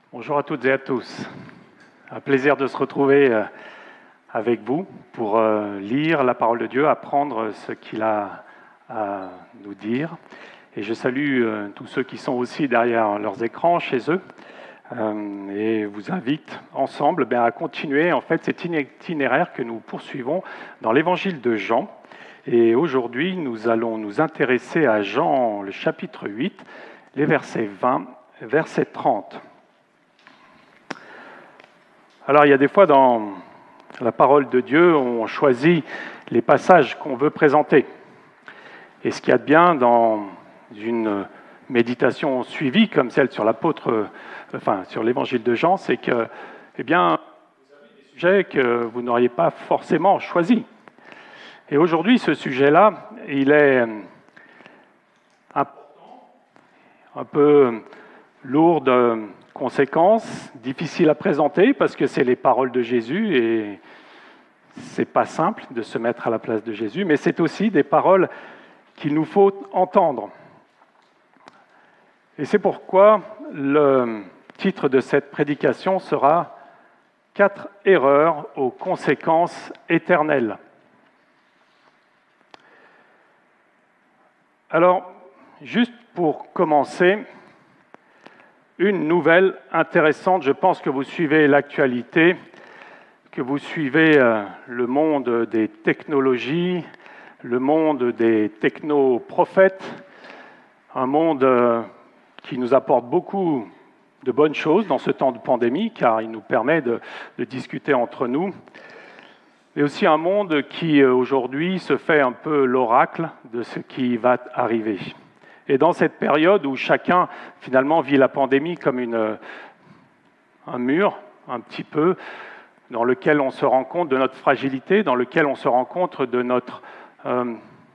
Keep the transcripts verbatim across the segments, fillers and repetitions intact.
Bonjour à toutes et à tous. Un plaisir de se retrouver avec vous pour lire la parole de Dieu, apprendre ce qu'il a à nous dire. Et je salue tous ceux qui sont aussi derrière leurs écrans chez eux et vous invite ensemble ben, à continuer en fait cet itinéraire que nous poursuivons dans l'évangile de Jean. Et aujourd'hui, nous allons nous intéresser à Jean, le chapitre huit, les versets vingt, verset trente. Alors, il y a des fois dans la parole de Dieu, on choisit les passages qu'on veut présenter. Et ce qu'il y a de bien dans une méditation suivie, comme celle sur l'apôtre, enfin, sur l'évangile de Jean, c'est que, eh bien, vous avez des sujets que vous n'auriez pas forcément choisis. Et aujourd'hui, ce sujet-là, il est important, un peu lourd de conséquences, difficile à présenter parce que c'est les paroles de Jésus et c'est pas simple de se mettre à la place de Jésus, mais c'est aussi des paroles qu'il nous faut entendre. Et c'est pourquoi le titre de cette prédication sera « Quatre erreurs aux conséquences éternelles ». Alors, juste pour commencer, une nouvelle intéressante, je pense que vous suivez l'actualité, que vous suivez le monde des technologies, le monde des technoprophètes, un monde qui nous apporte beaucoup de bonnes choses dans ce temps de pandémie, car il nous permet de, de discuter entre nous, mais aussi un monde qui aujourd'hui se fait un peu l'oracle de ce qui va arriver. Et dans cette période où chacun, finalement, vit la pandémie comme une, un mur, un petit peu, dans lequel on se rend compte de notre fragilité, dans lequel on se rend compte de notre euh,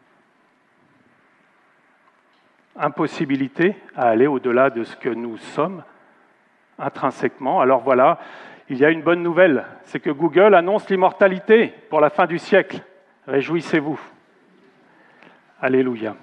impossibilité à aller au-delà de ce que nous sommes intrinsèquement. Alors voilà, il y a une bonne nouvelle, c'est que Google annonce l'immortalité pour la fin du siècle. Réjouissez-vous. Alléluia.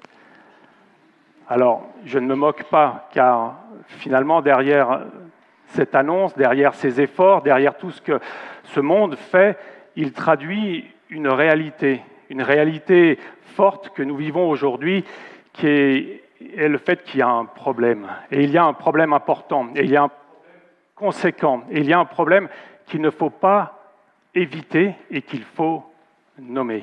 Alors, je ne me moque pas, car finalement, derrière cette annonce, derrière ces efforts, derrière tout ce que ce monde fait, il traduit une réalité, une réalité forte que nous vivons aujourd'hui, qui est, est le fait qu'il y a un problème. Et il y a un problème important, et il y a un problème conséquent, et il y a un problème qu'il ne faut pas éviter et qu'il faut nommer.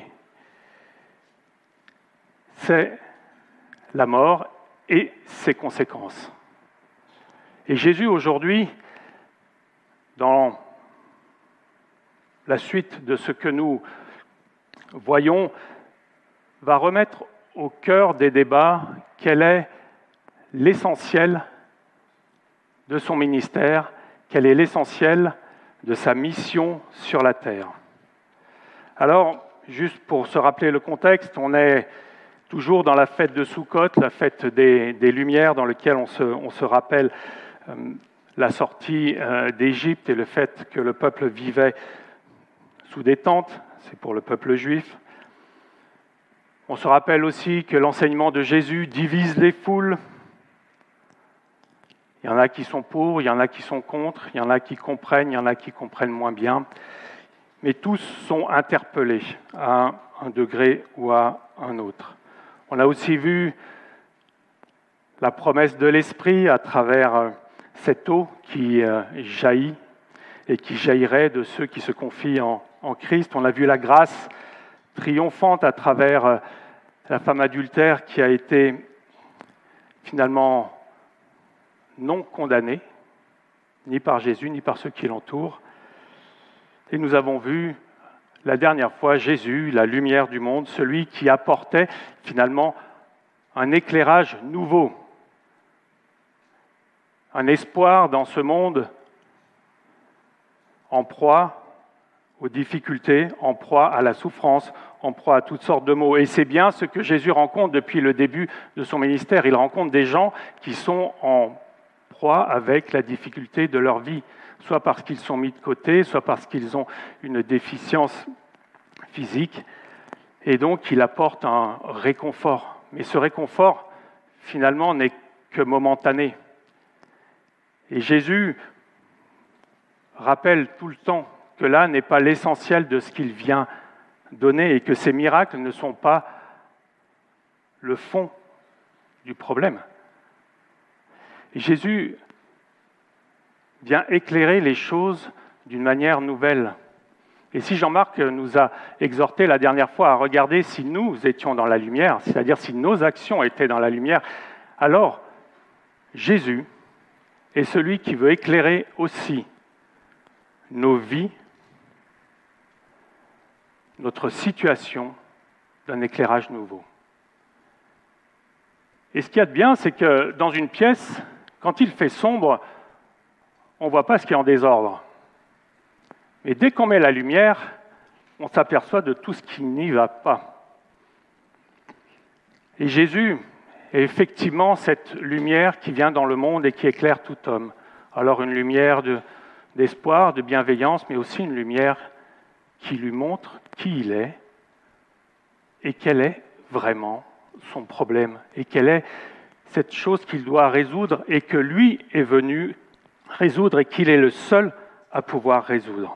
C'est la mort et ses conséquences. Et Jésus, aujourd'hui, dans la suite de ce que nous voyons, va remettre au cœur des débats quel est l'essentiel de son ministère, quel est l'essentiel de sa mission sur la terre. Alors, juste pour se rappeler le contexte, on est toujours dans la fête de Soukhot, la fête des, des Lumières, dans laquelle on se, on se rappelle euh, la sortie euh, d'Égypte et le fait que le peuple vivait sous des tentes, c'est pour le peuple juif. On se rappelle aussi que l'enseignement de Jésus divise les foules. Il y en a qui sont pour, il y en a qui sont contre, il y en a qui comprennent, il y en a qui comprennent moins bien. Mais tous sont interpellés à un degré ou à un autre. On a aussi vu la promesse de l'Esprit à travers cette eau qui jaillit et qui jaillirait de ceux qui se confient en, en Christ. On a vu la grâce triomphante à travers la femme adultère qui a été finalement non condamnée, ni par Jésus, ni par ceux qui l'entourent. Et nous avons vu la dernière fois, Jésus, la lumière du monde, celui qui apportait finalement un éclairage nouveau, un espoir dans ce monde en proie aux difficultés, en proie à la souffrance, en proie à toutes sortes de maux. Et c'est bien ce que Jésus rencontre depuis le début de son ministère. Il rencontre des gens qui sont en proie avec la difficulté de leur vie, soit parce qu'ils sont mis de côté, soit parce qu'ils ont une déficience physique, et donc il apporte un réconfort. Mais ce réconfort, finalement, n'est que momentané. Et Jésus rappelle tout le temps que là n'est pas l'essentiel de ce qu'il vient donner et que ces miracles ne sont pas le fond du problème. Et Jésus vient éclairer les choses d'une manière nouvelle. Et si Jean-Marc nous a exhorté la dernière fois à regarder si nous étions dans la lumière, c'est-à-dire si nos actions étaient dans la lumière, alors Jésus est celui qui veut éclairer aussi nos vies, notre situation d'un éclairage nouveau. Et ce qu'il y a de bien, c'est que dans une pièce, quand il fait sombre, on ne voit pas ce qui est en désordre. Mais dès qu'on met la lumière, on s'aperçoit de tout ce qui n'y va pas. Et Jésus est effectivement cette lumière qui vient dans le monde et qui éclaire tout homme. Alors une lumière de, d'espoir, de bienveillance, mais aussi une lumière qui lui montre qui il est et quel est vraiment son problème et quelle est cette chose qu'il doit résoudre et que lui est venu résoudre et qu'il est le seul à pouvoir résoudre.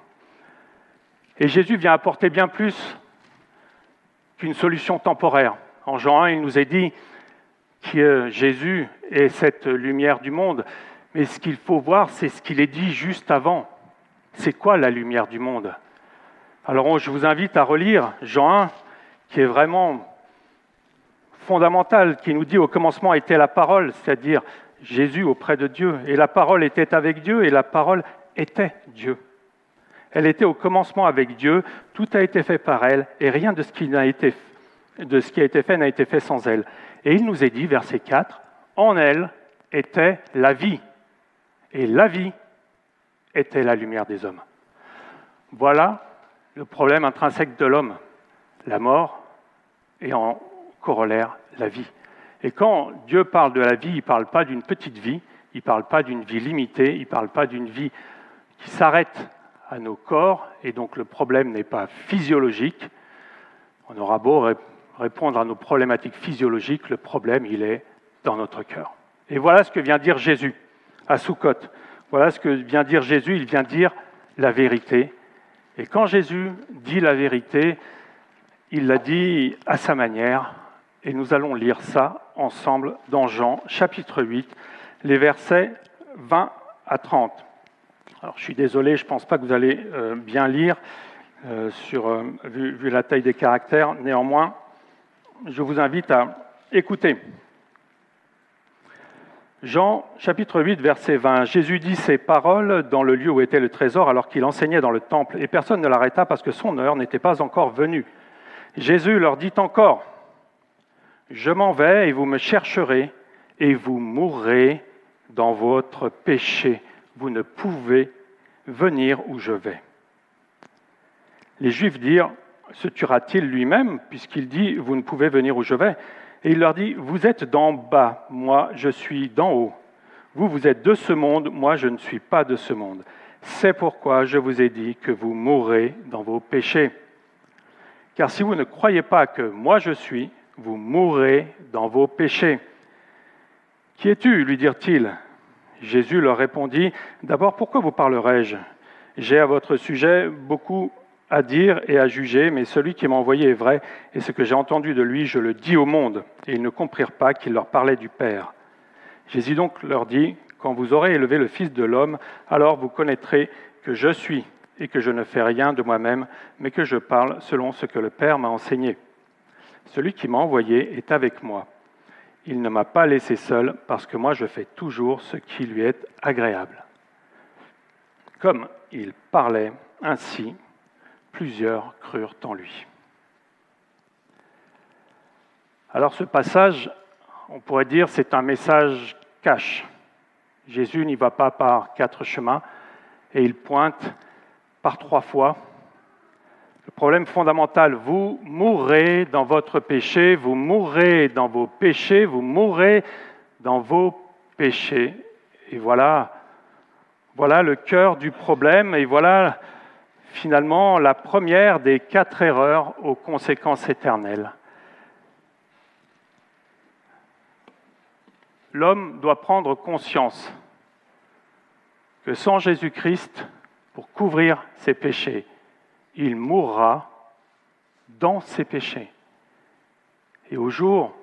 Et Jésus vient apporter bien plus qu'une solution temporaire. En Jean un, il nous est dit que Jésus est cette lumière du monde, mais ce qu'il faut voir, c'est ce qu'il est dit juste avant. C'est quoi la lumière du monde ? Alors je vous invite à relire Jean un, qui est vraiment fondamental, qui nous dit « Au commencement était la parole », c'est-à-dire Jésus auprès de Dieu. Et la parole était avec Dieu, et la parole était Dieu. Elle était au commencement avec Dieu, tout a été fait par elle, et rien de ce qui n'a été, de ce qui a été fait n'a été fait sans elle. Et il nous est dit, verset quatre, « En elle était la vie, et la vie était la lumière des hommes. » Voilà le problème intrinsèque de l'homme, la mort et en corollaire la vie. Et quand Dieu parle de la vie, il ne parle pas d'une petite vie, il ne parle pas d'une vie limitée, il ne parle pas d'une vie qui s'arrête à nos corps, et donc le problème n'est pas physiologique. On aura beau ré- répondre à nos problématiques physiologiques, le problème, il est dans notre cœur. Et voilà ce que vient dire Jésus à Soukhot. Voilà ce que vient dire Jésus, il vient dire la vérité. Et quand Jésus dit la vérité, il l'a dit à sa manière, et nous allons lire ça ensemble dans Jean, chapitre huit, les versets vingt à trente. Alors, je suis désolé, je ne pense pas que vous allez euh, bien lire, euh, sur, euh, vu, vu la taille des caractères. Néanmoins, je vous invite à écouter. Jean, chapitre huit, verset vingt. Jésus dit ces paroles dans le lieu où était le trésor, alors qu'il enseignait dans le temple, et personne ne l'arrêta parce que son heure n'était pas encore venue. Jésus leur dit encore, « Je m'en vais et vous me chercherez, et vous mourrez dans votre péché. Vous ne pouvez venir où je vais. » Les Juifs dirent, « Se tuera-t-il lui-même, puisqu'il dit, vous ne pouvez venir où je vais ?» Et il leur dit, « Vous êtes d'en bas, moi je suis d'en haut. Vous, vous êtes de ce monde, moi je ne suis pas de ce monde. C'est pourquoi je vous ai dit que vous mourrez dans vos péchés. Car si vous ne croyez pas que moi je suis, vous mourrez dans vos péchés. » « Qui es-tu » lui dirent-ils. Jésus leur répondit, « D'abord, pourquoi vous parlerai-je ? J'ai à votre sujet beaucoup à dire et à juger, mais celui qui m'a envoyé est vrai, et ce que j'ai entendu de lui, je le dis au monde. » Et ils ne comprirent pas qu'il leur parlait du Père. Jésus donc leur dit, « Quand vous aurez élevé le Fils de l'homme, alors vous connaîtrez que je suis, et que je ne fais rien de moi-même, mais que je parle selon ce que le Père m'a enseigné. Celui qui m'a envoyé est avec moi. Il ne m'a pas laissé seul, parce que moi je fais toujours ce qui lui est agréable. » Comme il parlait ainsi, plusieurs crurent en lui. Alors ce passage, on pourrait dire, c'est un message cash. Jésus n'y va pas par quatre chemins, et il pointe par trois fois. Le problème fondamental, vous mourrez dans votre péché, vous mourrez dans vos péchés, vous mourrez dans vos péchés. Et voilà, voilà le cœur du problème, et voilà finalement la première des quatre erreurs aux conséquences éternelles. L'homme doit prendre conscience que sans Jésus-Christ, pour couvrir ses péchés, il mourra dans ses péchés. Et au jour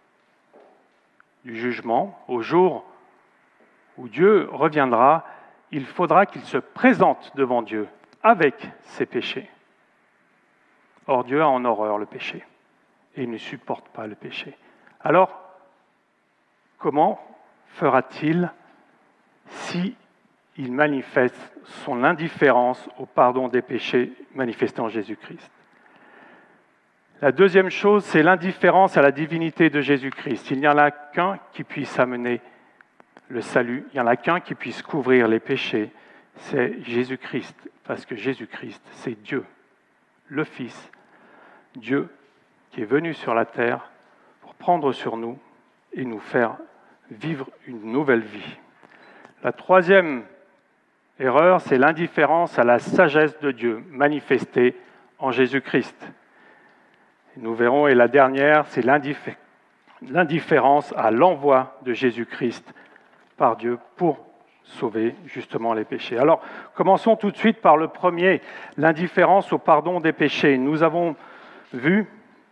du jugement, au jour où Dieu reviendra, il faudra qu'il se présente devant Dieu avec ses péchés. Or, Dieu a en horreur le péché et il ne supporte pas le péché. Alors, comment fera-t-il si il manifeste son indifférence au pardon des péchés manifestés en Jésus-Christ? La deuxième chose, c'est l'indifférence à la divinité de Jésus-Christ. Il n'y en a qu'un qui puisse amener le salut, il n'y en a qu'un qui puisse couvrir les péchés, c'est Jésus-Christ, parce que Jésus-Christ, c'est Dieu, le Fils, Dieu qui est venu sur la terre pour prendre sur nous et nous faire vivre une nouvelle vie. La troisième erreur, c'est l'indifférence à la sagesse de Dieu manifestée en Jésus-Christ. Et nous verrons, et la dernière, c'est l'indiffé- l'indifférence à l'envoi de Jésus-Christ par Dieu pour sauver justement les péchés. Alors, commençons tout de suite par le premier, l'indifférence au pardon des péchés. Nous avons vu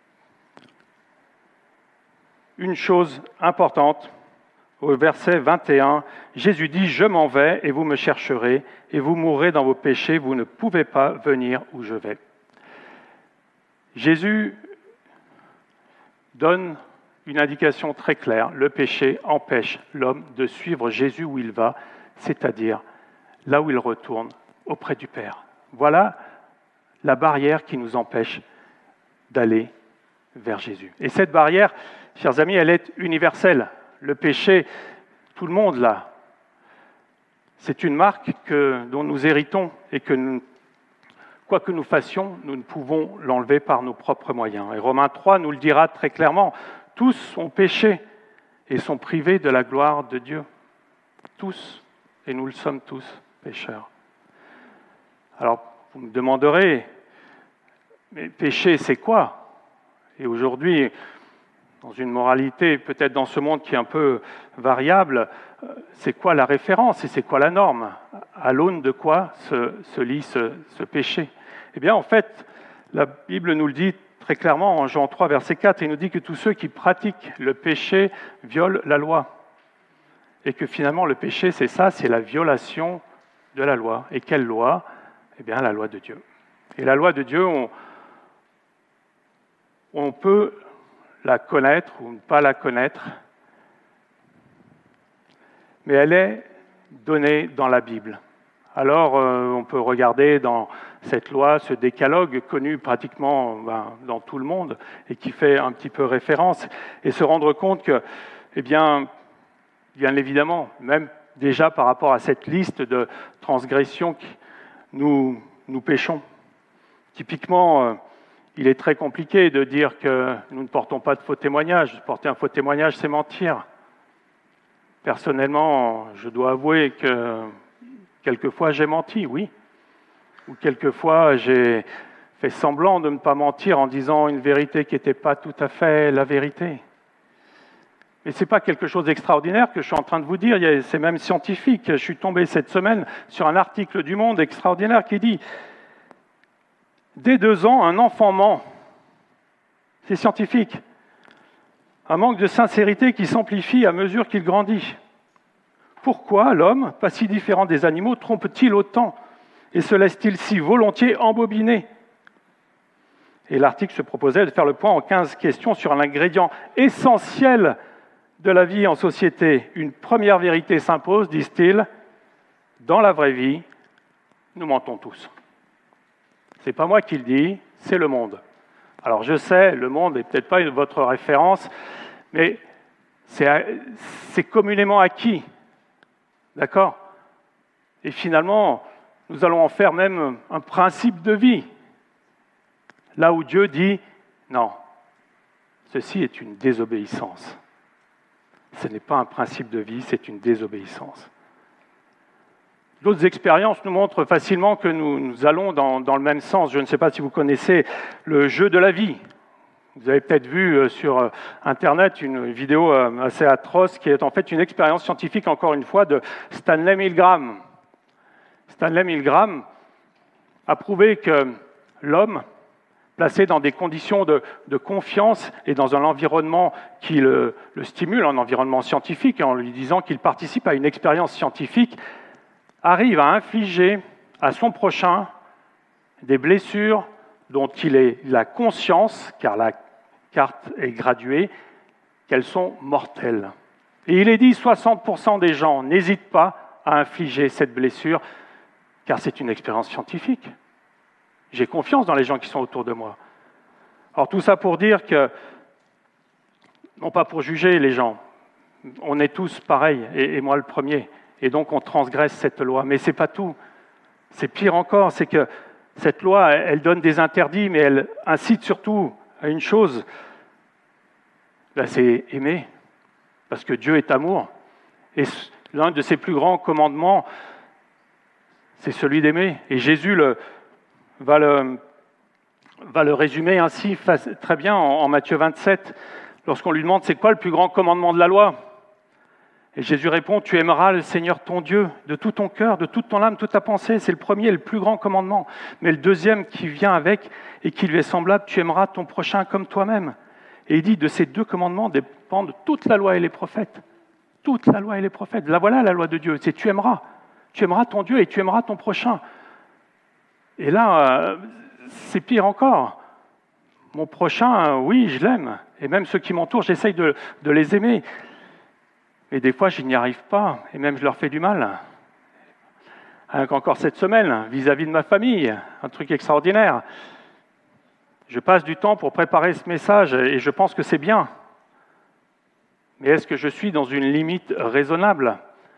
une chose importante au verset vingt et un. Jésus dit « Je m'en vais et vous me chercherez et vous mourrez dans vos péchés, vous ne pouvez pas venir où je vais. » Jésus donne une indication très claire. Le péché empêche l'homme de suivre Jésus où il va, c'est-à-dire là où il retourne, auprès du Père. Voilà la barrière qui nous empêche d'aller vers Jésus. Et cette barrière, chers amis, elle est universelle. Le péché, tout le monde l'a. C'est une marque que, dont nous héritons et que, nous, quoi que nous fassions, nous ne pouvons l'enlever par nos propres moyens. Et Romains trois nous le dira très clairement. Tous ont péché et sont privés de la gloire de Dieu. Tous. Et nous le sommes tous, pécheurs. Alors, vous me demanderez, mais péché, c'est quoi? Et aujourd'hui, dans une moralité, peut-être dans ce monde qui est un peu variable, c'est quoi la référence et c'est quoi la norme? À l'aune de quoi se, se lit ce, ce péché? Eh bien, en fait, la Bible nous le dit très clairement en Jean trois, verset quatre, il nous dit que tous ceux qui pratiquent le péché violent la loi. Et que finalement, le péché, c'est ça, c'est la violation de la loi. Et quelle loi? Eh bien, la loi de Dieu. Et la loi de Dieu, on, on peut la connaître ou ne pas la connaître, mais elle est donnée dans la Bible. Alors, euh, on peut regarder dans cette loi, ce décalogue connu pratiquement ben, dans tout le monde et qui fait un petit peu référence, et se rendre compte que, eh bien, bien évidemment, même déjà par rapport à cette liste de transgressions, nous, nous péchons. Typiquement, euh, il est très compliqué de dire que nous ne portons pas de faux témoignages. Porter un faux témoignage, c'est mentir. Personnellement, je dois avouer que quelquefois j'ai menti, oui. Ou quelquefois j'ai fait semblant de ne pas mentir en disant une vérité qui n'était pas tout à fait la vérité. Mais ce n'est pas quelque chose d'extraordinaire que je suis en train de vous dire, c'est même scientifique. Je suis tombé cette semaine sur un article du Monde extraordinaire qui dit « Dès deux ans, un enfant ment ». C'est scientifique. Un manque de sincérité qui s'amplifie à mesure qu'il grandit. Pourquoi l'homme, pas si différent des animaux, trompe-t-il autant et se laisse-t-il si volontiers embobiner? Et l'article se proposait de faire le point en quinze questions sur l'ingrédient essentiel de la vie en société. Une première vérité s'impose, disent-ils, dans la vraie vie, nous mentons tous. Ce n'est pas moi qui le dis, c'est le monde. Alors je sais, le monde n'est peut-être pas votre référence, mais c'est, c'est communément acquis. D'accord? Et finalement, nous allons en faire même un principe de vie. Là où Dieu dit, non, ceci est une désobéissance. Ce n'est pas un principe de vie, c'est une désobéissance. D'autres expériences nous montrent facilement que nous, nous allons dans, dans le même sens. Je ne sais pas si vous connaissez le jeu de la vie. Vous avez peut-être vu sur Internet une vidéo assez atroce qui est en fait une expérience scientifique, encore une fois, de Stanley Milgram. Stanley Milgram a prouvé que l'homme, placé dans des conditions de, de confiance et dans un environnement qui le, le stimule, un environnement scientifique, en lui disant qu'il participe à une expérience scientifique, arrive à infliger à son prochain des blessures dont il, est, il a conscience, car la carte est graduée, qu'elles sont mortelles. Et il est dit, soixante pour cent des gens n'hésitent pas à infliger cette blessure, car c'est une expérience scientifique. J'ai confiance dans les gens qui sont autour de moi. Alors tout ça pour dire que, non pas pour juger les gens, on est tous pareils, et, et moi le premier, et donc on transgresse cette loi. Mais ce n'est pas tout. C'est pire encore, c'est que cette loi, elle donne des interdits, mais elle incite surtout à une chose, là, c'est aimer, parce que Dieu est amour. Et l'un de ses plus grands commandements, c'est celui d'aimer. Et Jésus le, va, le, va le résumer ainsi très bien en, en Matthieu vingt-sept, lorsqu'on lui demande c'est quoi le plus grand commandement de la loi. Et Jésus répond, tu aimeras le Seigneur ton Dieu de tout ton cœur, de toute ton âme, toute ta pensée. C'est le premier et le plus grand commandement. Mais le deuxième qui vient avec et qui lui est semblable, tu aimeras ton prochain comme toi-même. Et il dit, de ces deux commandements dépendent toute la loi et les prophètes. Toute la loi et les prophètes. Là, voilà la loi de Dieu, c'est tu aimeras. Tu aimeras ton Dieu et tu aimeras ton prochain. Et là, c'est pire encore. Mon prochain, oui, je l'aime. Et même ceux qui m'entourent, j'essaye de, de les aimer. Et des fois, je n'y arrive pas, et même je leur fais du mal. Encore cette semaine, vis-à-vis de ma famille, un truc extraordinaire. Je passe du temps pour préparer ce message, et je pense que c'est bien. Mais est-ce que je suis dans une limite raisonnable ?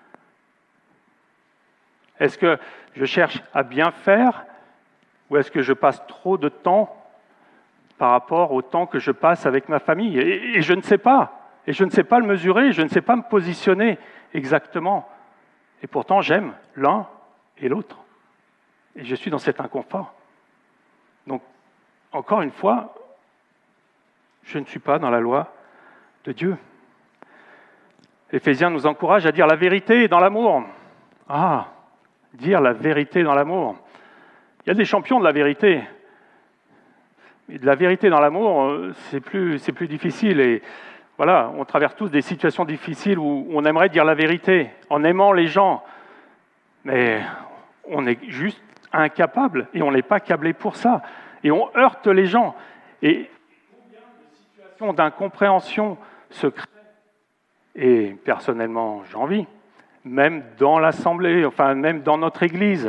Est-ce que je cherche à bien faire, ou est-ce que je passe trop de temps par rapport au temps que je passe avec ma famille ? Et, et je ne sais pas. Et je ne sais pas le mesurer, je ne sais pas me positionner exactement. Et pourtant, j'aime l'un et l'autre. Et je suis dans cet inconfort. Donc, encore une fois, je ne suis pas dans la loi de Dieu. Éphésiens nous encourage à dire la vérité dans l'amour. Ah, dire la vérité dans l'amour. Il y a des champions de la vérité. Mais de la vérité dans l'amour, c'est plus, c'est plus difficile. Et voilà, on traverse tous des situations difficiles où on aimerait dire la vérité en aimant les gens, mais on est juste incapable et on n'est pas câblé pour ça. Et on heurte les gens. Et combien de situations d'incompréhension se créent, et personnellement j'en vis, même dans l'Assemblée, enfin même dans notre Église.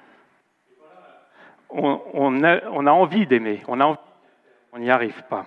On, on, a, on a envie d'aimer, on a envie, on n'y arrive pas.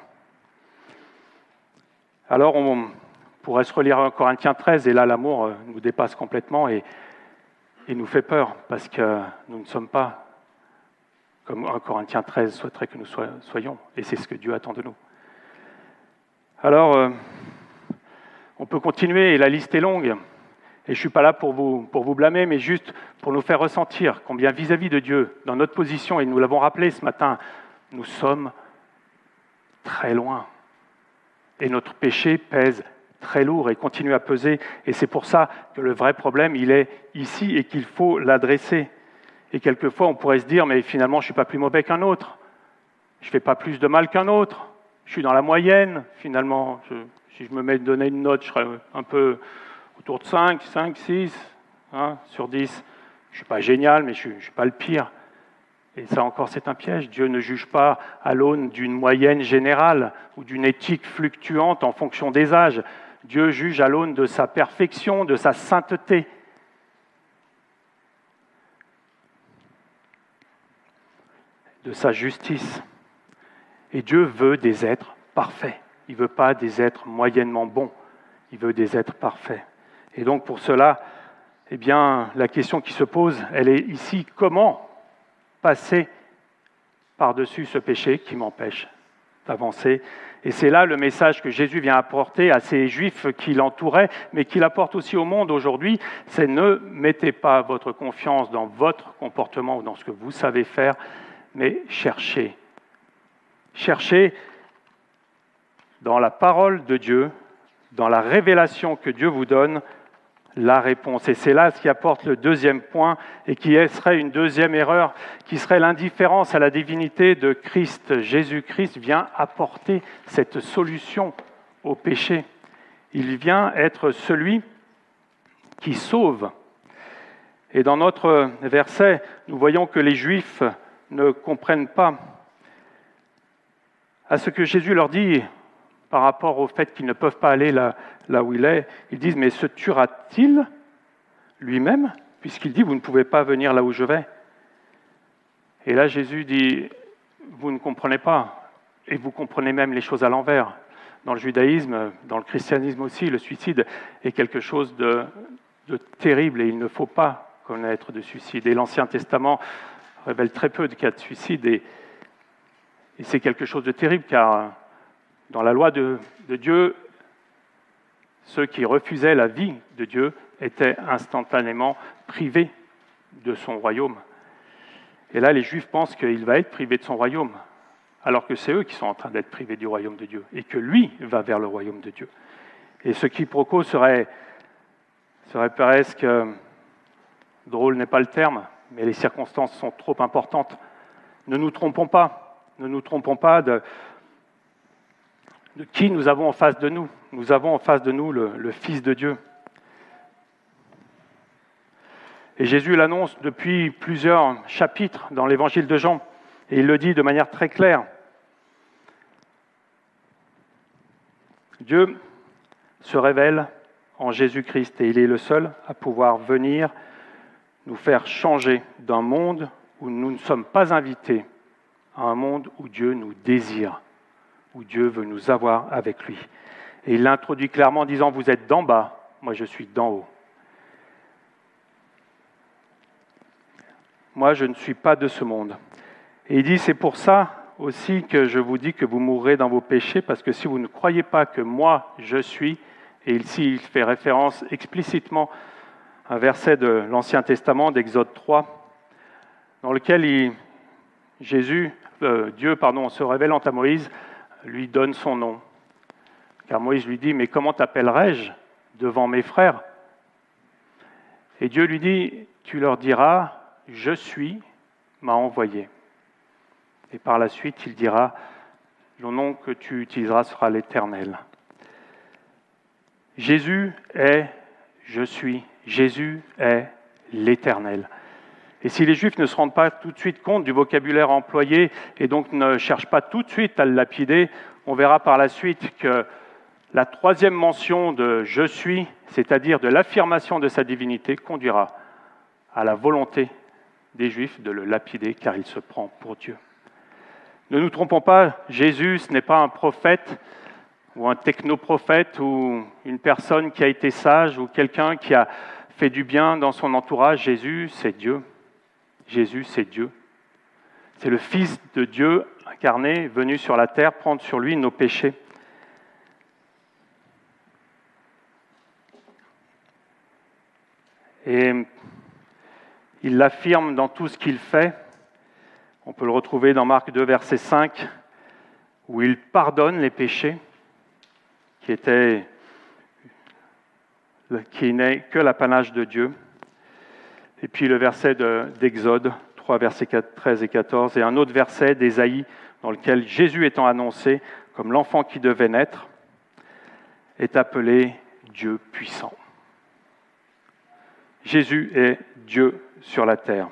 Alors, on pourrait se relire Corinthiens treize, et là, l'amour nous dépasse complètement et, et nous fait peur, parce que nous ne sommes pas comme un Corinthiens treize souhaiterait que nous soyons, et c'est ce que Dieu attend de nous. Alors, euh, on peut continuer, et la liste est longue, et je ne suis pas là pour vous, pour vous blâmer, mais juste pour nous faire ressentir combien vis-à-vis de Dieu, dans notre position, et nous l'avons rappelé ce matin, nous sommes très loin. Et notre péché pèse très lourd et continue à peser. Et c'est pour ça que le vrai problème, il est ici et qu'il faut l'adresser. Et quelquefois, on pourrait se dire, mais finalement, je ne suis pas plus mauvais qu'un autre. Je ne fais pas plus de mal qu'un autre. Je suis dans la moyenne, finalement. Je, si je me mets à donner une note, je serais un peu autour de cinq, cinq, six hein, sur dix. Je ne suis pas génial, mais je ne suis pas le pire. Et ça encore, c'est un piège. Dieu ne juge pas à l'aune d'une moyenne générale ou d'une éthique fluctuante en fonction des âges. Dieu juge à l'aune de sa perfection, de sa sainteté. De sa justice. Et Dieu veut des êtres parfaits. Il ne veut pas des êtres moyennement bons. Il veut des êtres parfaits. Et donc pour cela, eh bien, la question qui se pose, elle est ici, comment passer par-dessus ce péché qui m'empêche d'avancer. Et c'est là le message que Jésus vient apporter à ces Juifs qui l'entouraient, mais qu'il apporte aussi au monde aujourd'hui, c'est ne mettez pas votre confiance dans votre comportement ou dans ce que vous savez faire, mais cherchez. Cherchez dans la parole de Dieu, dans la révélation que Dieu vous donne, la réponse. Et c'est là ce qui apporte le deuxième point et qui serait une deuxième erreur, qui serait l'indifférence à la divinité de Christ. Jésus-Christ vient apporter cette solution au péché. Il vient être celui qui sauve. Et dans notre verset, nous voyons que les Juifs ne comprennent pas à ce que Jésus leur dit par rapport au fait qu'ils ne peuvent pas aller là, là où il est. Ils disent, mais se tuera-t-il lui-même, puisqu'il dit, vous ne pouvez pas venir là où je vais? Et là, Jésus dit, vous ne comprenez pas, et vous comprenez même les choses à l'envers. Dans le judaïsme, dans le christianisme aussi, le suicide est quelque chose de, de terrible, et il ne faut pas connaître de suicide. Et l'Ancien Testament révèle très peu de cas de suicide, et, et c'est quelque chose de terrible, car dans la loi de, de Dieu, ceux qui refusaient la vie de Dieu étaient instantanément privés de son royaume. Et là, les Juifs pensent qu'il va être privé de son royaume, alors que c'est eux qui sont en train d'être privés du royaume de Dieu, et que lui va vers le royaume de Dieu. Et ce quiproquo serait, serait presque, euh, drôle n'est pas le terme, mais les circonstances sont trop importantes. Ne nous trompons pas, ne nous trompons pas de, de qui nous avons en face de nous. Nous avons en face de nous le, le Fils de Dieu. Et Jésus l'annonce depuis plusieurs chapitres dans l'Évangile de Jean, et il le dit de manière très claire. Dieu se révèle en Jésus-Christ, et il est le seul à pouvoir venir nous faire changer d'un monde où nous ne sommes pas invités à un monde où Dieu nous désire, où Dieu veut nous avoir avec lui. Et il l'introduit clairement en disant, vous êtes d'en bas, moi je suis d'en haut. Moi, je ne suis pas de ce monde. Et il dit, c'est pour ça aussi que je vous dis que vous mourrez dans vos péchés, parce que si vous ne croyez pas que moi, je suis, et ici il fait référence explicitement à un verset de l'Ancien Testament, d'Exode trois, dans lequel il, Jésus, euh, Dieu, pardon, se révélant à Moïse, lui donne son nom. Car Moïse lui dit, mais comment t'appellerai-je devant mes frères? Et Dieu lui dit, tu leur diras, je suis, m'a envoyé. Et par la suite, il dira, le nom que tu utiliseras sera l'Éternel. Jésus est, je suis, Jésus est l'Éternel. Et si les Juifs ne se rendent pas tout de suite compte du vocabulaire employé et donc ne cherchent pas tout de suite à le lapider, on verra par la suite que la troisième mention de « je suis », c'est-à-dire de l'affirmation de sa divinité, conduira à la volonté des Juifs de le lapider, car il se prend pour Dieu. Ne nous trompons pas, Jésus, ce n'est pas un prophète ou un technoprophète ou une personne qui a été sage ou quelqu'un qui a fait du bien dans son entourage. Jésus, c'est Dieu. Jésus, c'est Dieu. C'est le Fils de Dieu incarné, venu sur la terre prendre sur lui nos péchés. Et il l'affirme dans tout ce qu'il fait. On peut le retrouver dans Marc deux, verset cinq, où il pardonne les péchés, qui étaient, qui n'est que l'apanage de Dieu. Et puis le verset de, d'Exode trois, versets treize et quatorze, et un autre verset d'Ésaïe, dans lequel Jésus étant annoncé comme l'enfant qui devait naître, est appelé Dieu puissant. Jésus est Dieu sur la terre.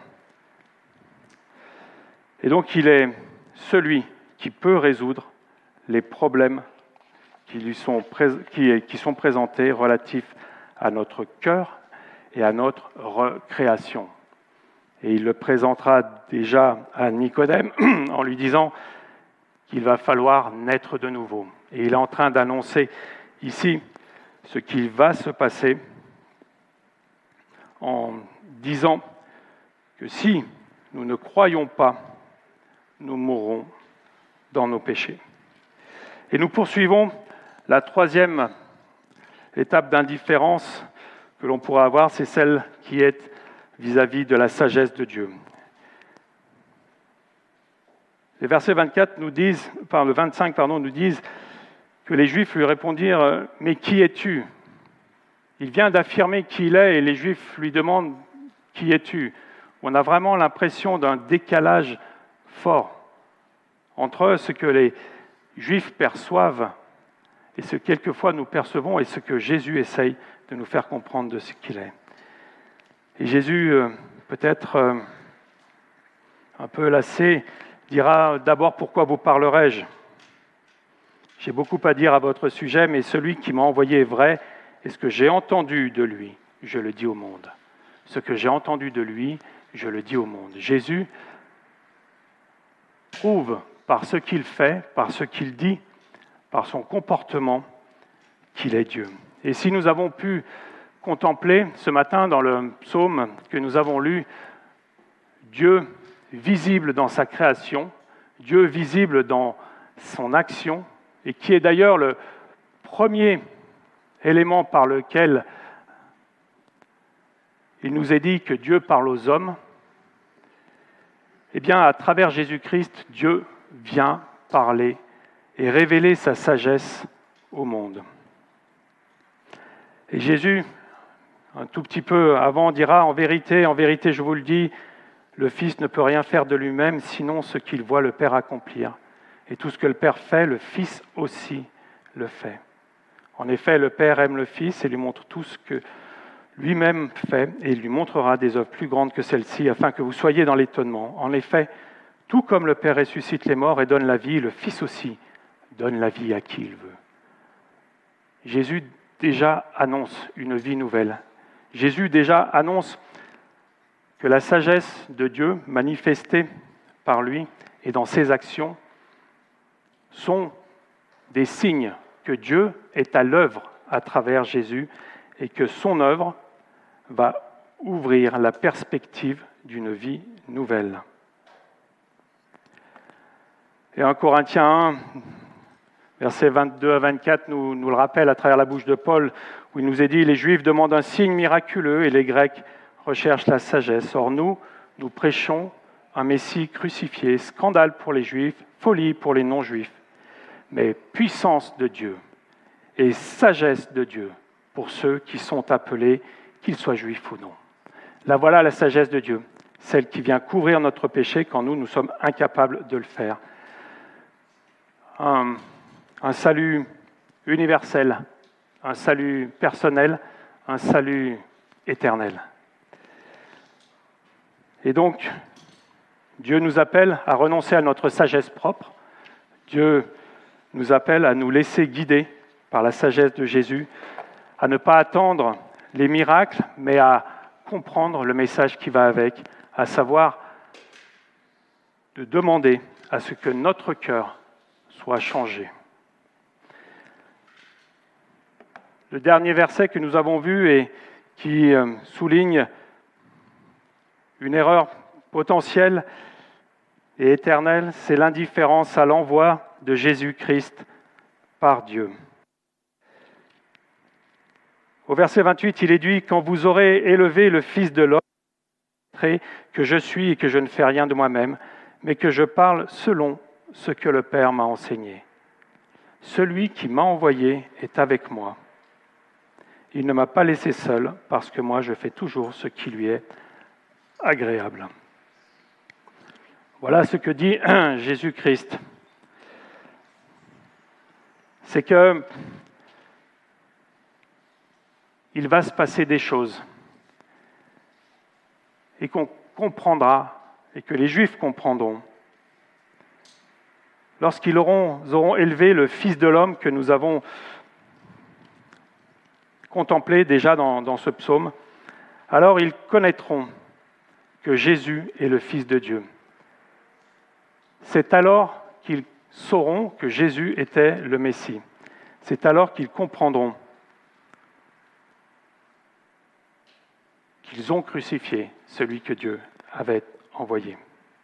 Et donc il est celui qui peut résoudre les problèmes qui, lui sont, pré- qui, qui sont présentés relatifs à notre cœur et à notre recréation. Et il le présentera déjà à Nicodème en lui disant qu'il va falloir naître de nouveau. Et il est en train d'annoncer ici ce qui va se passer en disant que si nous ne croyons pas, nous mourrons dans nos péchés. Et nous poursuivons la troisième étape d'indifférence que l'on pourra avoir, c'est celle qui est vis-à-vis de la sagesse de Dieu. Les versets vingt-quatre nous disent, enfin le vingt-cinq pardon, nous disent que les Juifs lui répondirent « Mais qui es-tu » Il vient d'affirmer qui il est et les Juifs lui demandent « Qui es-tu » On a vraiment l'impression d'un décalage fort entre ce que les Juifs perçoivent et ce que quelquefois nous percevons et ce que Jésus essaye de nous faire comprendre de ce qu'il est. Et Jésus, euh, peut-être euh, un peu lassé, dira d'abord « Pourquoi vous parlerai-je » J'ai beaucoup à dire à votre sujet, mais celui qui m'a envoyé est vrai, et ce que j'ai entendu de lui, je le dis au monde. Ce que j'ai entendu de lui, je le dis au monde. Jésus prouve par ce qu'il fait, par ce qu'il dit, par son comportement, qu'il est Dieu. Et si nous avons pu contempler ce matin dans le psaume que nous avons lu, Dieu visible dans sa création, Dieu visible dans son action, et qui est d'ailleurs le premier élément par lequel il nous est dit que Dieu parle aux hommes, eh bien, à travers Jésus-Christ, Dieu vient parler et révéler sa sagesse au monde. Et Jésus, un tout petit peu avant, dira « En vérité, en vérité, je vous le dis, le Fils ne peut rien faire de lui-même, sinon ce qu'il voit le Père accomplir. Et tout ce que le Père fait, le Fils aussi le fait. En effet, le Père aime le Fils et lui montre tout ce que lui-même fait, et il lui montrera des œuvres plus grandes que celles-ci, afin que vous soyez dans l'étonnement. En effet, tout comme le Père ressuscite les morts et donne la vie, le Fils aussi donne la vie à qui il veut. » Jésus déjà annonce une vie nouvelle. Jésus déjà annonce que la sagesse de Dieu, manifestée par lui et dans ses actions, sont des signes que Dieu est à l'œuvre à travers Jésus et que son œuvre va ouvrir la perspective d'une vie nouvelle. Et en Corinthiens un, versets vingt-deux à vingt-quatre, nous, nous le rappelle à travers la bouche de Paul, où il nous est dit « Les Juifs demandent un signe miraculeux et les Grecs recherchent la sagesse. Or nous, nous prêchons un Messie crucifié, scandale pour les Juifs, folie pour les non-Juifs, mais puissance de Dieu et sagesse de Dieu pour ceux qui sont appelés, qu'ils soient juifs ou non. » Là voilà la sagesse de Dieu, celle qui vient couvrir notre péché quand nous, nous sommes incapables de le faire. Un, un salut universel, un salut personnel, un salut éternel. Et donc, Dieu nous appelle à renoncer à notre sagesse propre. Dieu nous appelle à nous laisser guider par la sagesse de Jésus, à ne pas attendre les miracles, mais à comprendre le message qui va avec, à savoir de demander à ce que notre cœur soit changé. Le dernier verset que nous avons vu et qui souligne une erreur potentielle et éternelle, c'est l'indifférence à l'envoi de Jésus-Christ par Dieu. Au verset vingt-huit, il est dit « Quand vous aurez élevé le Fils de l'homme, que je suis et que je ne fais rien de moi-même, mais que je parle selon ce que le Père m'a enseigné. Celui qui m'a envoyé est avec moi. Il ne m'a pas laissé seul, parce que moi je fais toujours ce qui lui est agréable. » Voilà ce que dit Jésus-Christ. C'est que il va se passer des choses et qu'on comprendra et que les Juifs comprendront lorsqu'ils auront, auront élevé le Fils de l'homme que nous avons contemplé déjà dans, dans ce psaume. Alors ils connaîtront que Jésus est le Fils de Dieu. C'est alors qu'ils sauront que Jésus était le Messie. C'est alors qu'ils comprendront qu'ils ont crucifié celui que Dieu avait envoyé.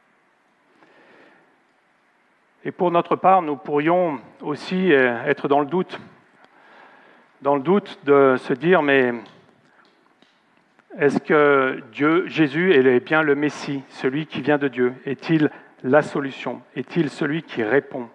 Et pour notre part, nous pourrions aussi être dans le doute, dans le doute de se dire, mais est-ce que Dieu, Jésus, est bien le Messie, celui qui vient de Dieu? Est-il la solution? Est-il celui qui répond?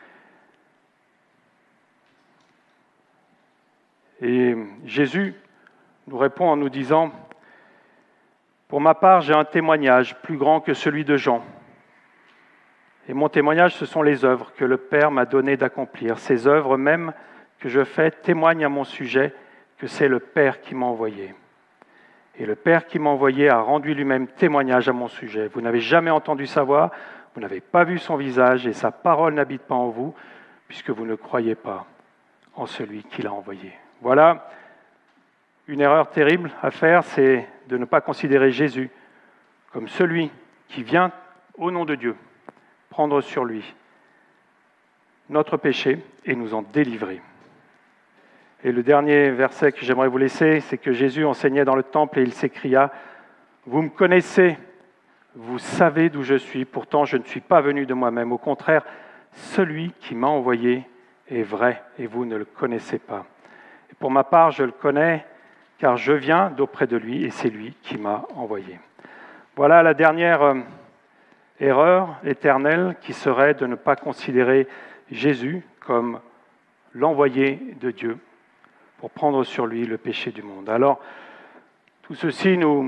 Et Jésus nous répond en nous disant « Pour ma part, j'ai un témoignage plus grand que celui de Jean. Et mon témoignage, ce sont les œuvres que le Père m'a donné d'accomplir. Ces œuvres même que je fais témoignent à mon sujet que c'est le Père qui m'a envoyé. Et le Père qui m'a envoyé a rendu lui-même témoignage à mon sujet. Vous n'avez jamais entendu sa voix, vous n'avez pas vu son visage, et sa parole n'habite pas en vous, puisque vous ne croyez pas en celui qui l'a envoyé. » Voilà une erreur terrible à faire, c'est de ne pas considérer Jésus comme celui qui vient au nom de Dieu prendre sur lui notre péché et nous en délivrer. Et le dernier verset que j'aimerais vous laisser, c'est que Jésus enseignait dans le temple et il s'écria « Vous me connaissez, vous savez d'où je suis, pourtant je ne suis pas venu de moi-même. Au contraire, celui qui m'a envoyé est vrai et vous ne le connaissez pas. Et pour ma part, je le connais car je viens d'auprès de lui et c'est lui qui m'a envoyé. » Voilà la dernière euh, erreur éternelle qui serait de ne pas considérer Jésus comme l'envoyé de Dieu pour prendre sur lui le péché du monde. Alors, tout ceci nous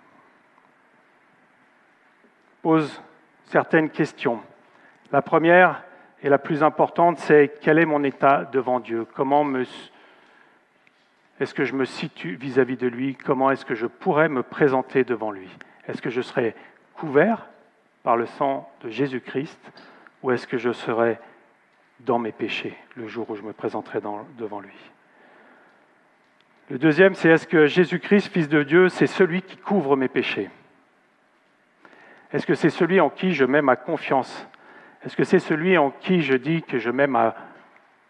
pose certaines questions. La première et la plus importante, c'est quel est mon état devant Dieu ? Comment me, est-ce que je me situe vis-à-vis de lui ? Comment est-ce que je pourrais me présenter devant lui ? Est-ce que je serai couvert par le sang de Jésus-Christ ou est-ce que je serai dans mes péchés le jour où je me présenterai dans, devant lui ? Le deuxième, c'est est-ce que Jésus-Christ, Fils de Dieu, c'est celui qui couvre mes péchés ? Est-ce que c'est celui en qui je mets ma confiance ? Est-ce que c'est celui en qui je dis que je mets ma foi ?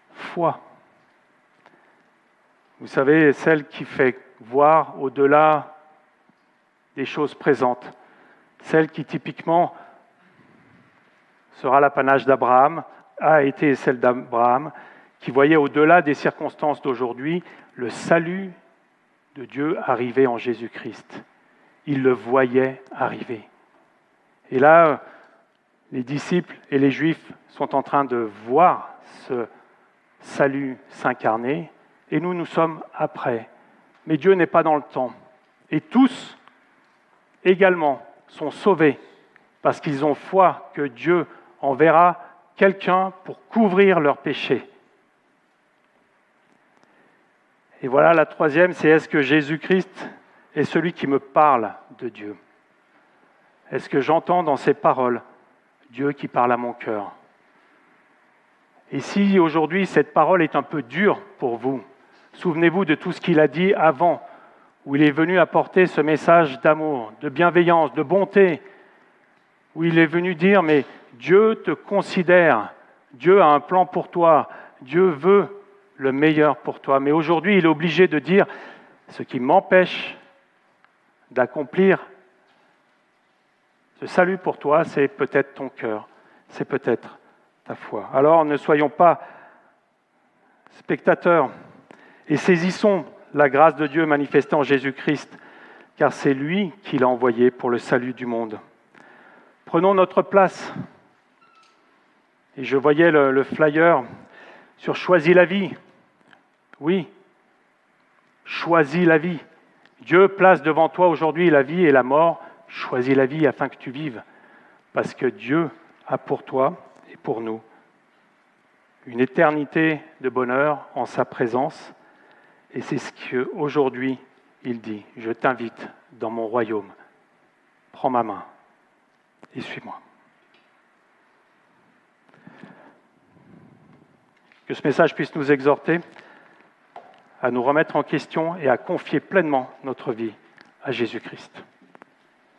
Vous savez, celle qui fait voir au-delà des choses présentes, celle qui typiquement sera l'apanage d'Abraham, a été celle d'Abraham, qui voyait au-delà des circonstances d'aujourd'hui le salut de Dieu arriver en Jésus-Christ. Il le voyait arriver. Et là, les disciples et les Juifs sont en train de voir ce salut s'incarner, et nous, nous sommes après. Mais Dieu n'est pas dans le temps. Et tous, également, sont sauvés, parce qu'ils ont foi que Dieu enverra quelqu'un pour couvrir leurs péchés. Et voilà la troisième, c'est est-ce que Jésus-Christ est celui qui me parle de Dieu ? Est-ce que j'entends dans ses paroles Dieu qui parle à mon cœur ? Et si aujourd'hui cette parole est un peu dure pour vous, souvenez-vous de tout ce qu'il a dit avant, où il est venu apporter ce message d'amour, de bienveillance, de bonté, où il est venu dire, mais Dieu te considère, Dieu a un plan pour toi, Dieu veut le meilleur pour toi. Mais aujourd'hui, il est obligé de dire, ce qui m'empêche d'accomplir ce salut pour toi, c'est peut-être ton cœur, c'est peut-être ta foi. Alors ne soyons pas spectateurs et saisissons la grâce de Dieu manifestée en Jésus-Christ, car c'est lui qui l'a envoyé pour le salut du monde. Prenons notre place. Et je voyais le, le flyer sur « Choisis la vie ». Oui, choisis la vie. Dieu place devant toi aujourd'hui la vie et la mort. Choisis la vie afin que tu vives. Parce que Dieu a pour toi et pour nous une éternité de bonheur en sa présence. Et c'est ce qu'aujourd'hui il dit. Je t'invite dans mon royaume. Prends ma main et suis-moi. Que ce message puisse nous exhorter à nous remettre en question et à confier pleinement notre vie à Jésus-Christ.